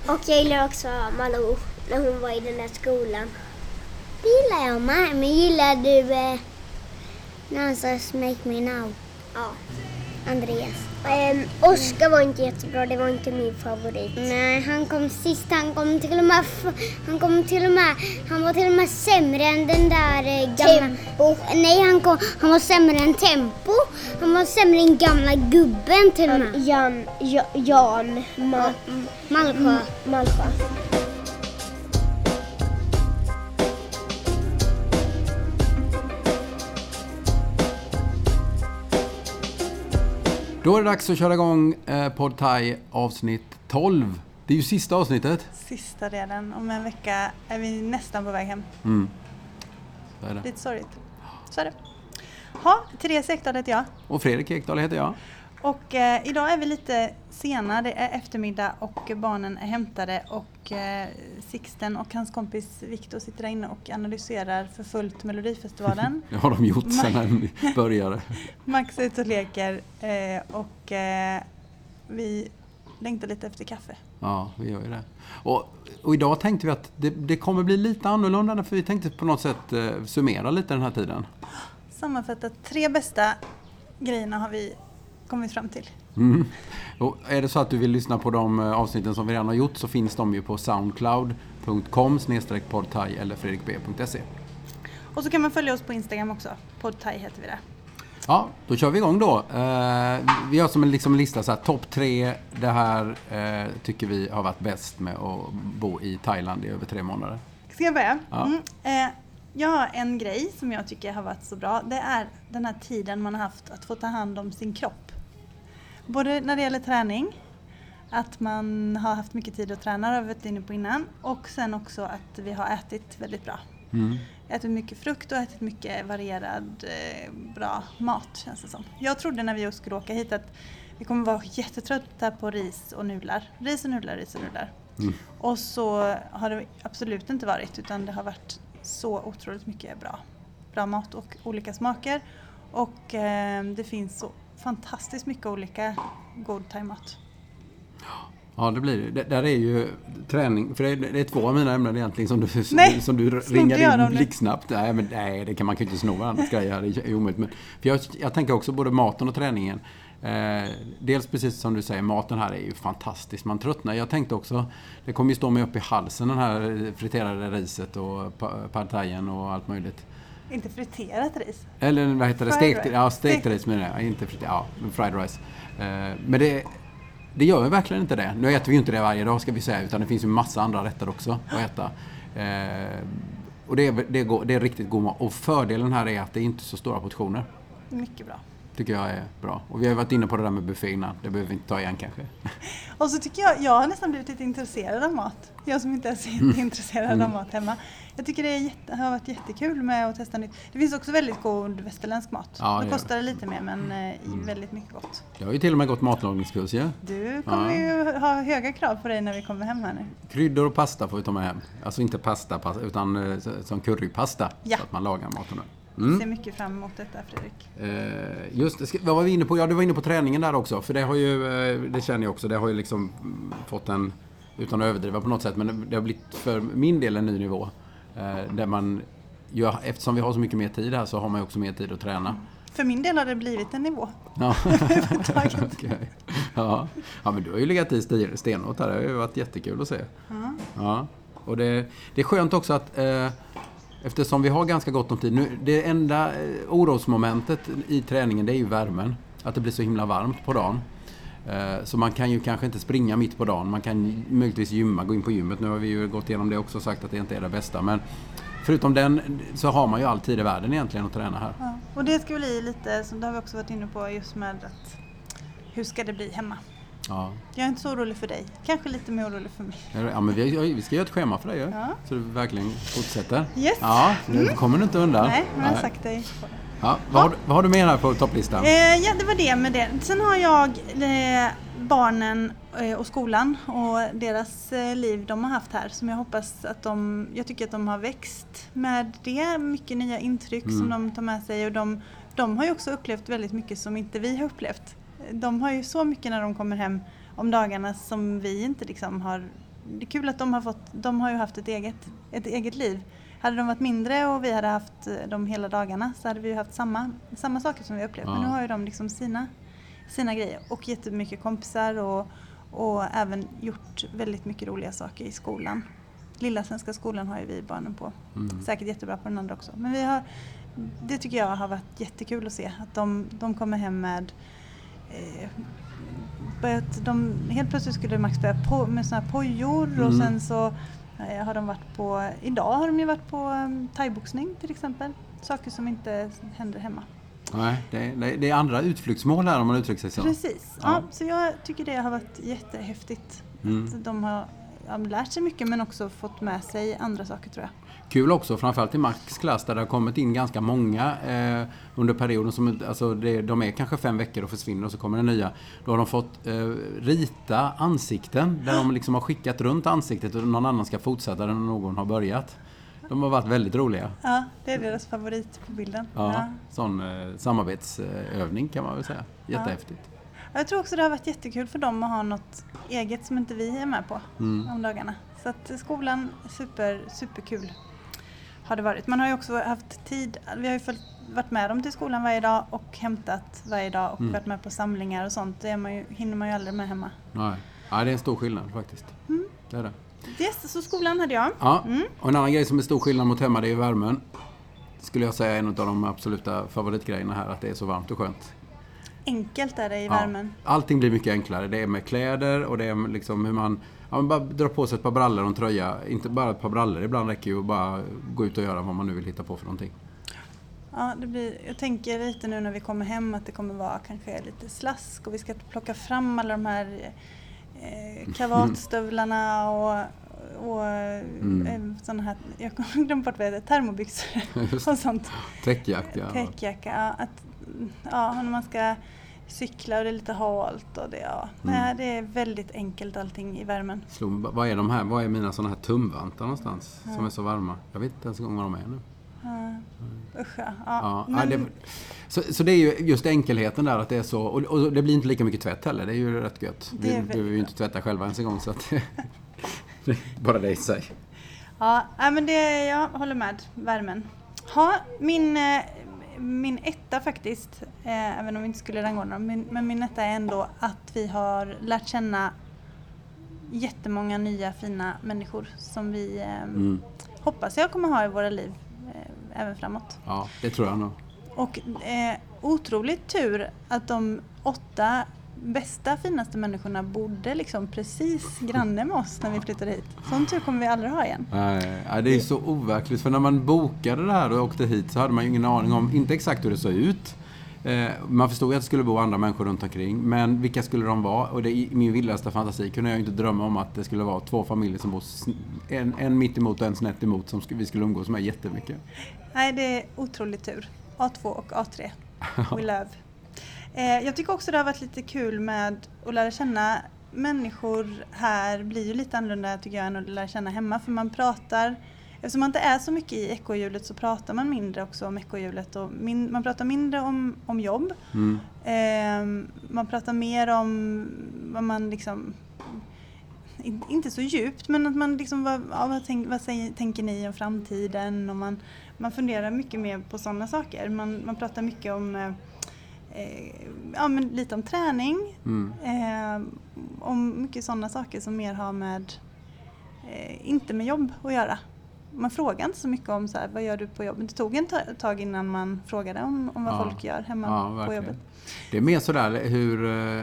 Och jag gillar också Malou när hon var i den där skolan. Det gillar jag med. Men gillar du när han sa Make Me Now? Ja. Andreas. Oskar var inte jättebra, det var inte min favorit. Nej, han kom sist, han var till och med sämre än den där gamla... Tempo. Nej, han var sämre än Tempo. Han var sämre än gamla gubben till och med. Jan Malmsjö. Då är det dags att köra igång Pod Thai avsnitt 12. Det är ju sista avsnittet. Sista delen. Om en vecka är vi nästan på väg hem. Så är det. Lite sorgligt. Så är det. Therese Ekdahl heter jag. Och Fredrik Ekdahl heter jag. Och idag är vi lite sena. Det är eftermiddag och barnen är hämtade. Och Sixten och hans kompis Viktor sitter där inne och analyserar för fullt Melodifestivalen. Det har de gjort sedan vi började. Max är ute och leker och vi längtar lite efter kaffe. Ja, vi gör ju det. Och idag tänkte vi att det kommer bli lite annorlunda, för vi tänkte på något sätt summera lite den här tiden. Sammanfattat 3 bästa grejerna har vi kommit fram till. Och är det så att du vill lyssna på de avsnitten som vi redan har gjort, så finns de ju på soundcloud.com/podthai eller fredrikb.se. Och så kan man följa oss på Instagram också. Podthai heter vi där. Ja, då kör vi igång då. Vi har som en lista så här, topp 3. Det här tycker vi har varit bäst med att bo i Thailand i över 3 månader. Ska jag börja? Ja. Jag har en grej som jag tycker har varit så bra. Det är den här tiden man har haft att få ta hand om sin kropp. Både när det gäller träning, att man har haft mycket tid att träna, har vi varit inne på innan. Och sen också att vi har ätit väldigt bra. Ätit mycket frukt och ätit mycket varierad, bra mat, känns det som. Jag trodde när vi skulle åka hit att vi kommer vara jättetrötta på ris och nudlar. Ris och nudlar. Och så har det absolut inte varit, utan det har varit så otroligt mycket bra mat och olika smaker. Och det finns så fantastiskt mycket olika god thaimat. Ja, det blir det. Där är ju träning, för det är 2 av mina ämnen egentligen som du ringar in blixtsnabbt. Nej, det kan man ju inte sno varandras grejer, det är omöjligt. Men för jag tänker också både maten och träningen. Dels precis som du säger, maten här är ju fantastisk, man tröttnar. Jag tänkte också, det kommer ju stå mig upp i halsen, den här friterade riset och pad thaien och allt möjligt. Inte friterat ris. Eller vad heter det? Stekt ris menar jag. Inte fried rice. Men det gör ju verkligen inte det. Nu äter vi ju inte det varje dag, ska vi säga, utan det finns ju massa andra rätter också att äta. Och det är riktigt god mat. Och fördelen här är att det är inte så stora portioner. Mycket bra. Tycker jag är bra. Och vi har varit inne på det där med buffé innan. Det behöver vi inte ta igen kanske. Och så tycker jag har nästan blivit lite intresserad av mat. Jag som inte är intresserad av mat hemma. Jag tycker det har varit jättekul med att testa nytt. Det finns också väldigt god västerländsk mat. Ja, det kostar lite mer, men väldigt mycket gott. Jag har ju till och med gått matlagningskurs, ja. Du kommer ju ha höga krav på dig när vi kommer hem här nu. Kryddor och pasta får vi ta med hem. Alltså inte pasta utan som currypasta. Ja. Så att man lagar maten. Jag ser mycket fram emot detta, Fredrik. Vad var vi inne på? Ja, du var inne på träningen där också. För det har ju, det känner jag också, det har ju liksom fått en, utan att överdriva på något sätt, men det har blivit för min del en ny nivå. Där man, eftersom vi har så mycket mer tid här, så har man ju också mer tid att träna. För min del har det blivit en nivå. Ja, okay. Ja, men du har ju legat i stenåt här. Det har ju varit jättekul att se. Ja. Och det är skönt också att eftersom vi har ganska gott om tid nu, det enda orosmomentet i träningen, det är ju värmen. Att det blir så himla varmt på dagen. Så man kan ju kanske inte springa mitt på dagen. Man kan möjligtvis gå in på gymmet. Nu har vi ju gått igenom det också och sagt att det inte är det bästa. Men förutom den så har man ju all tid i världen egentligen att träna här. Ja. Och det ska bli lite, som det har vi också varit inne på, just med att hur ska det bli hemma? Ja. Jag är inte så orolig för dig. Kanske lite mer orolig för mig. Ja, men vi ska göra ett schema för dig. Ja. Så du verkligen fortsätter. Yes. Ja, nu kommer du inte undan. Nej, men jag har sagt dig. Ja, vad har du med här på topplistan? Ja, det var det med det. Sen har jag barnen och skolan och deras liv de har haft här, som jag hoppas att jag tycker att de har växt med det. Mycket nya intryck som de tar med sig, och de har ju också upplevt väldigt mycket som inte vi har upplevt. De har ju så mycket när de kommer hem om dagarna som vi inte liksom har det är kul att de har ju haft ett eget liv. Hade de varit mindre och vi hade haft dem hela dagarna så hade vi ju haft samma saker som vi upplevt. Men nu har ju de liksom sina grejer och jättemycket kompisar och även gjort väldigt mycket roliga saker i skolan. Lilla svenska skolan har ju vi barnen på. Säkert jättebra på den andra också. Men det tycker jag har varit jättekul att se. Att de kommer hem med helt plötsligt skulle Max börja med såna här pojor och sen så har de varit på, idag har de ju varit på thaiboxning till exempel. Saker som inte händer hemma. Nej, det är andra utflyktsmål här om man uttrycker sig så. Precis, ja, så jag tycker det har varit jättehäftigt. Att de har lärt sig mycket men också fått med sig andra saker tror jag. Kul också, framförallt i Max klass där det har kommit in ganska många under perioden. De är kanske 5 veckor och försvinner och så kommer det nya. Då har de fått rita ansikten där de liksom har skickat runt ansiktet och någon annan ska fortsätta där någon har börjat. De har varit väldigt roliga. Ja, det är deras favorit på bilden. Ja. Sån samarbetsövning kan man väl säga. Jättehäftigt. Ja. Jag tror också det har varit jättekul för dem att ha något eget som inte vi är med på om dagarna. Så att skolan är superkul har det varit. Man har ju också haft tid, vi har ju varit med dem till skolan varje dag och hämtat varje dag och varit med på samlingar och sånt. Det hinner man ju aldrig med hemma. Nej, det är en stor skillnad faktiskt. Det är det. Yes, så skolan hade jag. Ja, och en annan grej som är stor skillnad mot hemma det är ju värmen. Skulle jag säga en av de absoluta favoritgrejerna här, att det är så varmt och skönt. Enkelt är det i värmen. Allting blir mycket enklare. Det är med kläder och det är liksom hur man bara drar på sig ett par brallor och en tröja. Inte bara ett par brallor, ibland räcker ju att bara gå ut och göra vad man nu vill hitta på för någonting. Ja, jag tänker lite nu när vi kommer hem att det kommer vara kanske lite slask och vi ska plocka fram alla de här kravatstövlarna och sådana här, jag kommer glömma bort vad det är, termobyxor och sånt. Täckjacka. När man ska cykla och det är lite halt och det är väldigt enkelt allting i värmen. Vad är de här? Vad är mina sådana här tumvantar någonstans som är så varma? Jag vet inte ens vad de är nu. Så det är ju just enkelheten där att det är så, och det blir inte lika mycket tvätt heller, det är ju rätt gött. Vi behöver ju inte tvätta själva ens en gång så att bara det i sig. Ja, men jag håller med, värmen. Min etta faktiskt, även om vi inte skulle rangordna men min etta är ändå att vi har lärt känna jättemånga nya fina människor som vi hoppas jag kommer ha i våra liv även framåt. Ja, det tror jag nog. Och otroligt tur att de 8 bästa, finaste människorna bodde liksom precis granne med oss när vi flyttade hit. Sån tur kommer vi aldrig ha igen. Nej, det är så overkligt. För när man bokade det här och åkte hit så hade man ju ingen aning om, inte exakt hur det såg ut. Man förstod att det skulle bo andra människor runt omkring. Men vilka skulle de vara? Och i min vildaste fantasi kunde jag inte drömma om att det skulle vara 2 familjer som bor en mitt emot och en snett emot som vi skulle umgås med jättemycket. Nej, det är otroligt tur. A2 och A3. We love. Jag tycker också det har varit lite kul med att lära känna människor här. Blir ju lite annorlunda tycker jag än att lära känna hemma. För man pratar, eftersom man inte är så mycket i ekorrhjulet så pratar man mindre också om ekorrhjulet. Och man pratar mindre om jobb. Man pratar mer om vad man liksom, inte så djupt men att man liksom, vad tänker ni om framtiden? Och man funderar mycket mer på sådana saker. Man pratar mycket om men lite om träning, om mycket sådana saker som mer har med inte med jobb att göra. Man frågar inte så mycket om så här, vad gör du på jobbet? Det tog en tag innan man frågade om vad folk gör hemma på jobbet. Det är mer sådär hur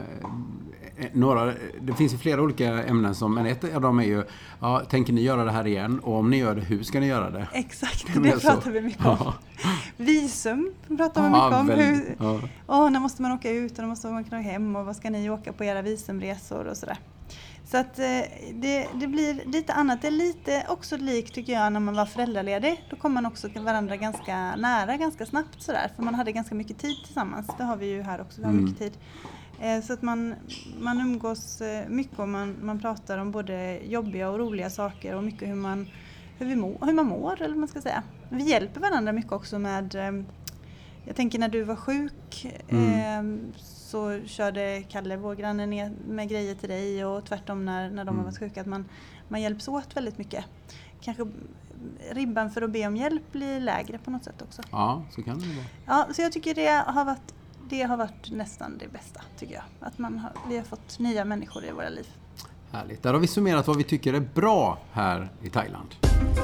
det finns ju flera olika ämnen men ett av dem är ju tänker ni göra det här igen? Och om ni gör det, hur ska ni göra det? Exakt, det pratar vi mycket om. Visum pratar vi mycket om. När måste man åka ut och när måste man kunna åka hem och vad ska ni åka på era visumresor och sådär. Så att det blir lite annat. Det är lite också likt tycker jag när man var föräldraledig. Då kom man också varandra ganska nära, ganska snabbt sådär. För man hade ganska mycket tid tillsammans. Det har vi ju här också, vi har mycket tid. Så att man umgås mycket och man pratar om både jobbiga och roliga saker och mycket hur man mår eller vad man ska säga. Vi hjälper varandra mycket också med Jag tänker när du var sjuk så körde Kalle, vår granne, ner med grejer till dig och tvärtom när de har varit sjuka. Att man hjälps åt väldigt mycket. Kanske ribban för att be om hjälp blir lägre på något sätt också. Ja, så kan det vara. Ja, så jag tycker det har varit nästan det bästa, tycker jag. Att vi har fått nya människor i våra liv. Härligt. Där har vi summerat vad vi tycker är bra här i Thailand.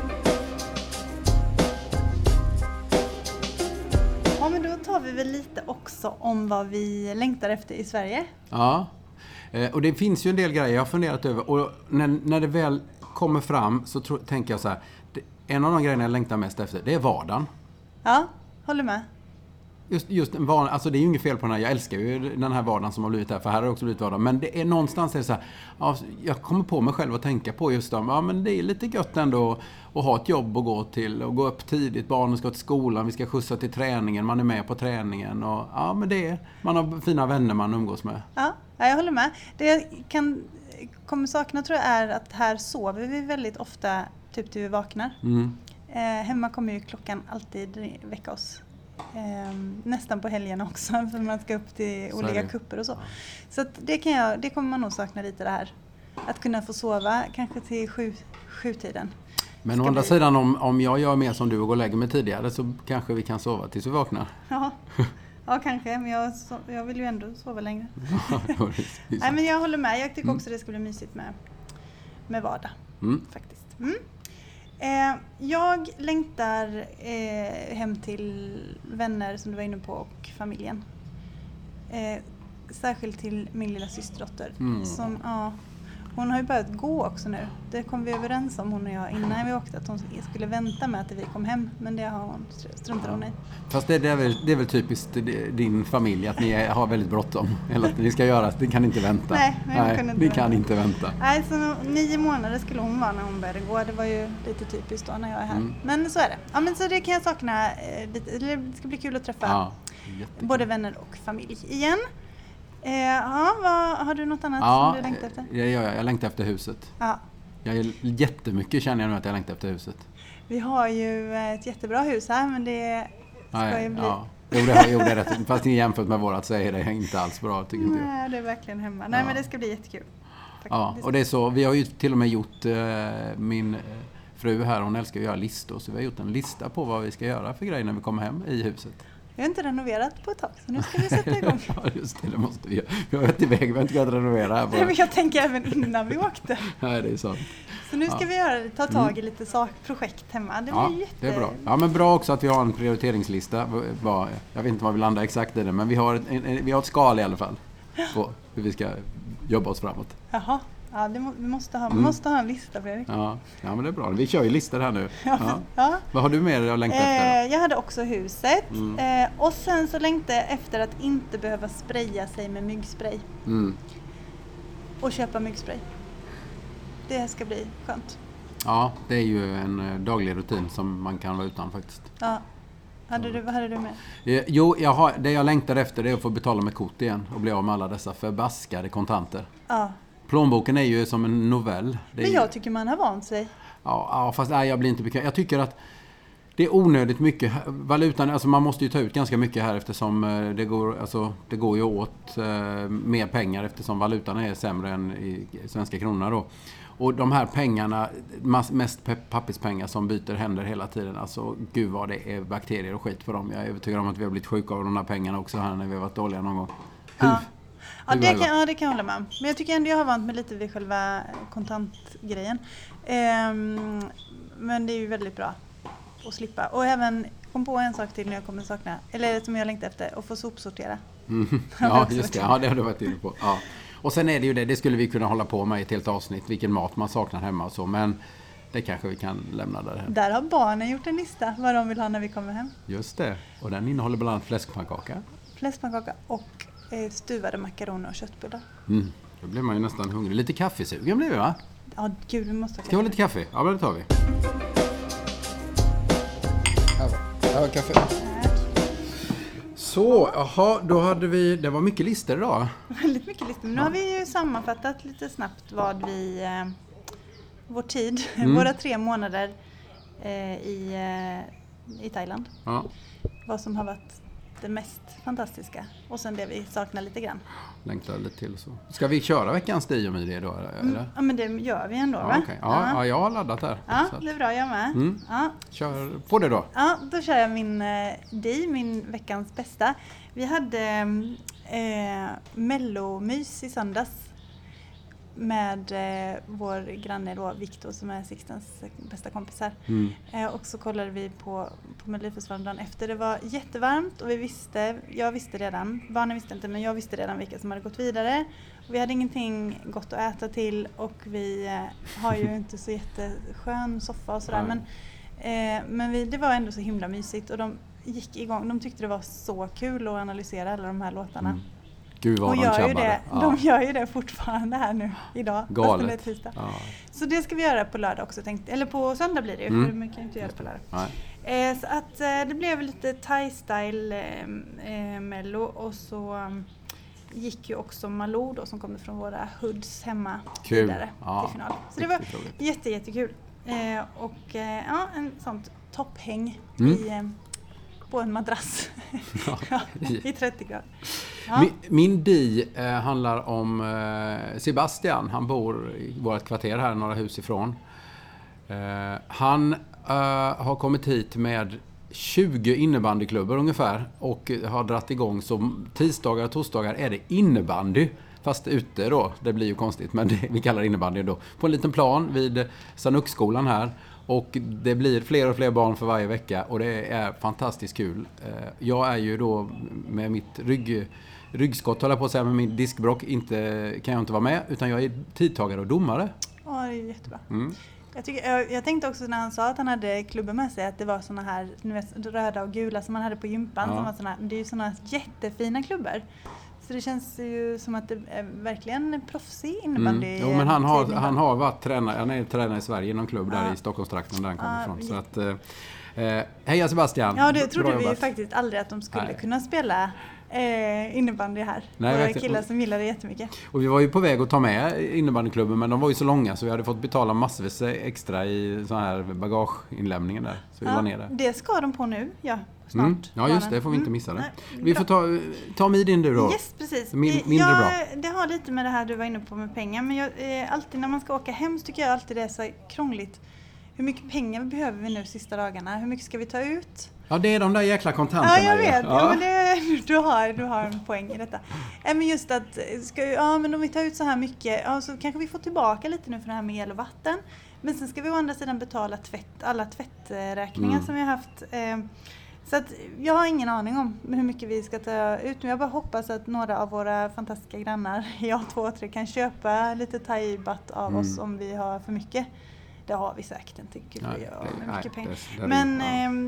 Ja, men då tar vi väl lite också om vad vi längtar efter i Sverige. Ja, och det finns ju en del grejer jag har funderat över. Och när det väl kommer fram så tänker jag så här. En av de grejerna jag längtar mest efter, det är vardagen. Ja, håller med. Just en vardag, alltså det är ju inget fel på den här. Jag älskar ju den här vardagen som har blivit här, för här har det också blivit vardag. Men det är någonstans är det så här, ja, jag kommer på mig själv att tänka på just dem. Ja, men det är lite gött ändå att ha ett jobb att gå till och gå upp tidigt. Barnen ska till skolan, vi ska skjutsa till träningen, man är med på träningen. Och, ja, men man har fina vänner man umgås med. Ja, jag håller med. Det jag kommer sakna tror jag är att här sover vi väldigt ofta typ till vi vaknar. Hemma kommer ju klockan alltid väcka oss. Nästan på helgen också, för man ska upp till olika kupper och så. Så att det kommer man nog sakna lite, det här. Att kunna få sova kanske till 7-tiden. Men å andra sidan, om jag gör mer som du och går och lägger mig tidigare, så kanske vi kan sova tills vi vaknar. Ja, kanske, men jag vill ju ändå sova längre. Nej, men jag håller med. Jag tycker också det ska bli mysigt med vardag. Faktiskt. Jag längtar hem till vänner som du var inne på och familjen. Särskilt till min lilla systerdotter. Hon har ju börjat gå också nu. Det kom vi överens om, hon och jag, innan vi åkte, att hon skulle vänta med att vi kom hem. Men det har hon struntat hon i. Fast det är väl typiskt din familj att ni har väldigt bråttom. Eller att ni ska göra, det kan inte vänta. Nej, det kan inte vänta. Nej, så 9 månader skulle hon vara när hon började gå. Det var ju lite typiskt då när jag är här. Men så är det. Ja, men så det kan jag sakna lite. Det ska bli kul att träffa både vänner och familj igen. Har du något annat som du längtar efter? Jag längtar efter huset. Ja. Jättemycket känner jag nu att jag längtar efter huset. Vi har ju ett jättebra hus här, men det ska ju bli... Ja. Jo, det är rätt. Fast jämfört med vårat så är det inte alls bra, tycker inte jag. Nej, det är verkligen hemma. Nej, men det ska bli jättekul. Ja, och det är så. Vi har ju till och med gjort min fru här, hon älskar att göra listor. Så vi har gjort en lista på vad vi ska göra för grejer när vi kommer hem i huset. Vi har inte renoverat på ett tag, så nu ska vi sätta igång. Ja, just det måste vi göra. Vi har varit iväg, vi har inte kunnat renovera här. Nej, men jag tänker även innan vi åkte. Nej, det är sant. Så nu ska vi ta tag i lite projekt hemma. Det blir det är bra. Ja, men bra också att vi har en prioriteringslista. Jag vet inte vad vi landar exakt i det, men vi har ett skal i alla fall på hur vi ska jobba oss framåt. Jaha. Ja, vi måste ha en lista, Fredrik. Ja, men det är bra. Vi kör ju listor här nu. Ja. Vad har du med att längta efter? Jag hade också huset. Och sen så längtade jag efter att inte behöva spraya sig med myggspray. Och köpa myggspray. Det ska bli skönt. Ja, det är ju en daglig rutin som man kan vara utan faktiskt. Ja. Vad hade du med? Jo, det jag längtar efter är att få betala med kort igen och bli av med alla dessa förbaskade kontanter. Ja. Plånboken är ju som en novell. Men jag tycker man har vant sig. Ja, fast jag blir inte bekväm. Jag tycker att det är onödigt mycket. Valutan, alltså man måste ju ta ut ganska mycket här eftersom det går ju åt mer pengar eftersom valutan är sämre än i svenska kronor då. Och de här pengarna, mest papperspengar som byter händer hela tiden. Alltså gud vad det är bakterier och skit på dem. Jag är övertygad om att vi har blivit sjuka av de här pengarna också här när vi har varit dåliga någon gång. Ja, det kan jag hålla med. Men jag tycker ändå jag har vant mig lite vid själva kontantgrejen. Men det är ju väldigt bra att slippa. Och även kom på en sak till när jag kommer sakna, eller som jag längtar efter, att få sopsortera. Ja, just det. Ja, det har du varit inne på. Ja. Och sen är det ju det skulle vi kunna hålla på med i ett helt avsnitt, vilken mat man saknar hemma och så, men det kanske vi kan lämna där. Där har barnen gjort en lista vad de vill ha när vi kommer hem. Just det. Och den innehåller bland annat fläskpannkaka och stuvade makaroner och köttbullar. Då blir man ju nästan hungrig. Lite kaffesugen blir vi, va? Ja, gud, vi måste ha kaffe. Ska vi ha lite kaffe? Ja, men det tar vi. Här var kaffe. Så, jaha, då hade vi... Det var mycket listor idag. Väldigt mycket listor. Men nu har vi ju sammanfattat lite snabbt vad vår tid, våra 3 månader i Thailand. Ja. Vad som har varit det mest fantastiska. Och sen det vi saknar lite grann. Längtar lite till så. Ska vi köra veckans Diomide då? Eller? Ja, men det gör vi ändå, va? Okay. Ja, jag har laddat där. Ja, det är bra, jag med. Ja. Kör på det då. Ja, då kör jag min veckans bästa. Vi hade mellomys i söndags med vår granne då, Victor, som är Sixtens bästa kompis här. Och så kollade vi på Melodifestivalen dagen efter. Det var jättevarmt och jag visste redan, barnen visste inte, men jag visste redan vilka som hade gått vidare. Och vi hade ingenting gott att äta till och vi har ju inte så jätteskön soffa och sådär. Men det var ändå så himla mysigt och de gick igång. De tyckte det var så kul att analysera alla de här låtarna. Gud vad de gör ju det fortfarande här nu idag. Galet. Ja. Så det ska vi göra på lördag också, eller på söndag blir det ju, för man kan inte göra det på lördag. Så att det blev lite Thai-style mello och så gick ju också Malou då, som kommer från våra hoods hemma vidare till final. Så det var jättekul. Och en sånt topphäng på en madrass i 30 grader. Ja. Min di handlar om Sebastian. Han bor i vårt kvarter här, några hus ifrån. Han har kommit hit med 20 innebandyklubbar ungefär och har dratt igång. Så tisdagar och torsdagar är det innebandy. Fast ute då, det blir ju konstigt, men vi kallar det innebandy då. På en liten plan vid Sanukskolan här. Och det blir fler och fler barn för varje vecka och det är fantastiskt kul. Jag är ju då med mitt ryggskott, håller jag på att säga, med min diskbrock kan jag inte vara med, utan jag är tidtagare och domare. Ja, det är jättebra. Jag tänkte också när han sa att han hade klubbar med sig att det var såna här röda och gula som man hade på gympan. Som var såna, det är ju såna jättefina klubbar. Så det känns ju som att det är verkligen proffsig innebandy. Jo, men han har varit tränare. Han är tränare i Sverige i någon klubb där i Stockholmstrakten där han kommer ifrån. Så att, heja Sebastian. Ja, det trodde vi ju faktiskt aldrig att de skulle kunna spela innebandy här. Nej, och killar som gillar det jättemycket. Och vi var ju på väg att ta med innebandyklubben, men de var ju så långa så vi hade fått betala massvis extra i sån här bagageinlämningen där. Så vi var nere. Det ska de på nu, snart. Ja, just det. Får vi inte missa det. Vi får ta med din du då. Yes, precis. Mindre bra. Det har lite med det här du var inne på med pengar. Men alltid när man ska åka hem så tycker jag alltid det är så krångligt. Hur mycket pengar behöver vi nu sista dagarna? Hur mycket ska vi ta ut? Ja, det är de där jäkla kontanterna. Ja, jag vet. Ja. Men du har en poäng i detta. Men just att, men om vi tar ut så här mycket, så kanske vi får tillbaka lite nu för det här med el och vatten. Men sen ska vi å andra sidan betala alla tvätträkningar som vi har haft. Så att jag har ingen aning om hur mycket vi ska ta ut. Jag bara hoppas att några av våra fantastiska grannar, 2 3, kan köpa lite thai-batt av oss om vi har för mycket. Det har vi säkert inte. Mycket pengar. Men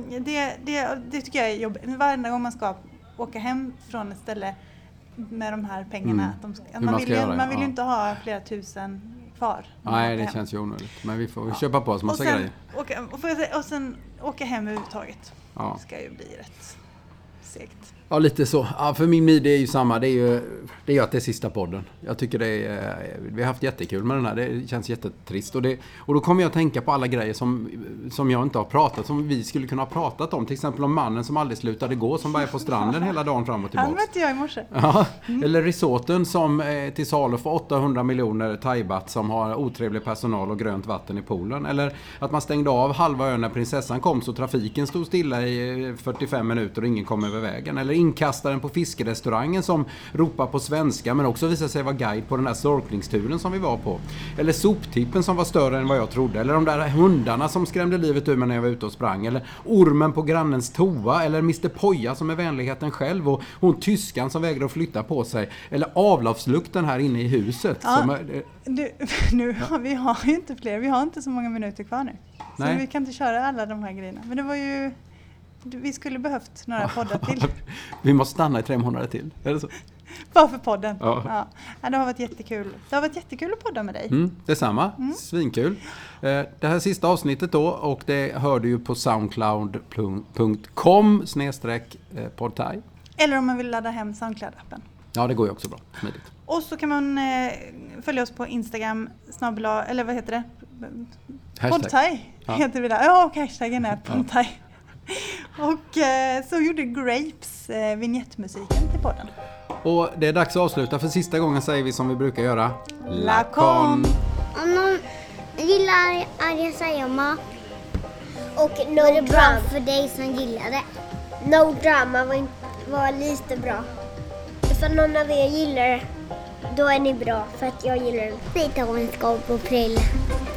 det tycker jag är jobbigt. Varje gång man ska åka hem från ett ställe med de här pengarna. Man vill ju inte ha flera tusen kvar. Nej, det känns ju onödigt. Men vi får köpa på oss massa grejer. Och sen åka hem överhuvudtaget. Det ska ju bli rätt segt. Ja, lite så. Ja, för min det är ju samma. Det är ju att det är sista podden. Jag tycker vi har haft jättekul med den här. Det känns jättetrist. Och då kommer jag att tänka på alla grejer som jag inte har pratat, som vi skulle kunna ha pratat om. Till exempel om mannen som aldrig slutade gå, som bara är på stranden hela dagen fram och tillbaka. Han mötte jag i morse. Ja, eller resorten som till salu för 800 miljoner thaibaht, som har otrevlig personal och grönt vatten i poolen. Eller att man stängde av halva ön när prinsessan kom så trafiken stod stilla i 45 minuter och ingen kom över vägen. Eller inkastaren på fiskerestaurangen som ropar på svenska men också visar sig vara guide på den här snorklingsturen som vi var på. Eller soptippen som var större än vad jag trodde. Eller de där hundarna som skrämde livet ur mig när jag var ute och sprang. Eller ormen på grannens toa. Eller Mr. Poja som är vänligheten själv. Och hon tyskan som vägrar att flytta på sig. Eller avloppslukten här inne i huset. Ja, vi har ju inte fler. Vi har inte så många minuter kvar nu. Så vi kan inte köra alla de här grejerna. Men det var ju... Vi skulle behövt några poddar till. Vi måste stanna i 3 månader till. Är det så? Bara för podden. Ja. Det har varit jättekul. Det har varit jättekul att podda med dig. Detsamma. Svinkul. Det här sista avsnittet då, och det hör du ju på soundcloud.com/podthai. Eller om man vill ladda hem Soundcloud-appen. Ja, det går ju också bra. Smidigt. Och så kan man följa oss på Instagram, eller vad heter det? Podthai heter vi där. Ja, och hashtaggen är podthai. Och så gjorde Grapes vignettmusiken till podden. Och det är dags att avsluta. För sista gången säger vi som vi brukar göra. Lakon! Om någon gillar Arja Sayama och No Drama. Det bra för dig som gillar det. No Drama var lite bra. För någon av er gillar det, då är ni bra. För att jag gillar det. Vi tar en skål på pryl.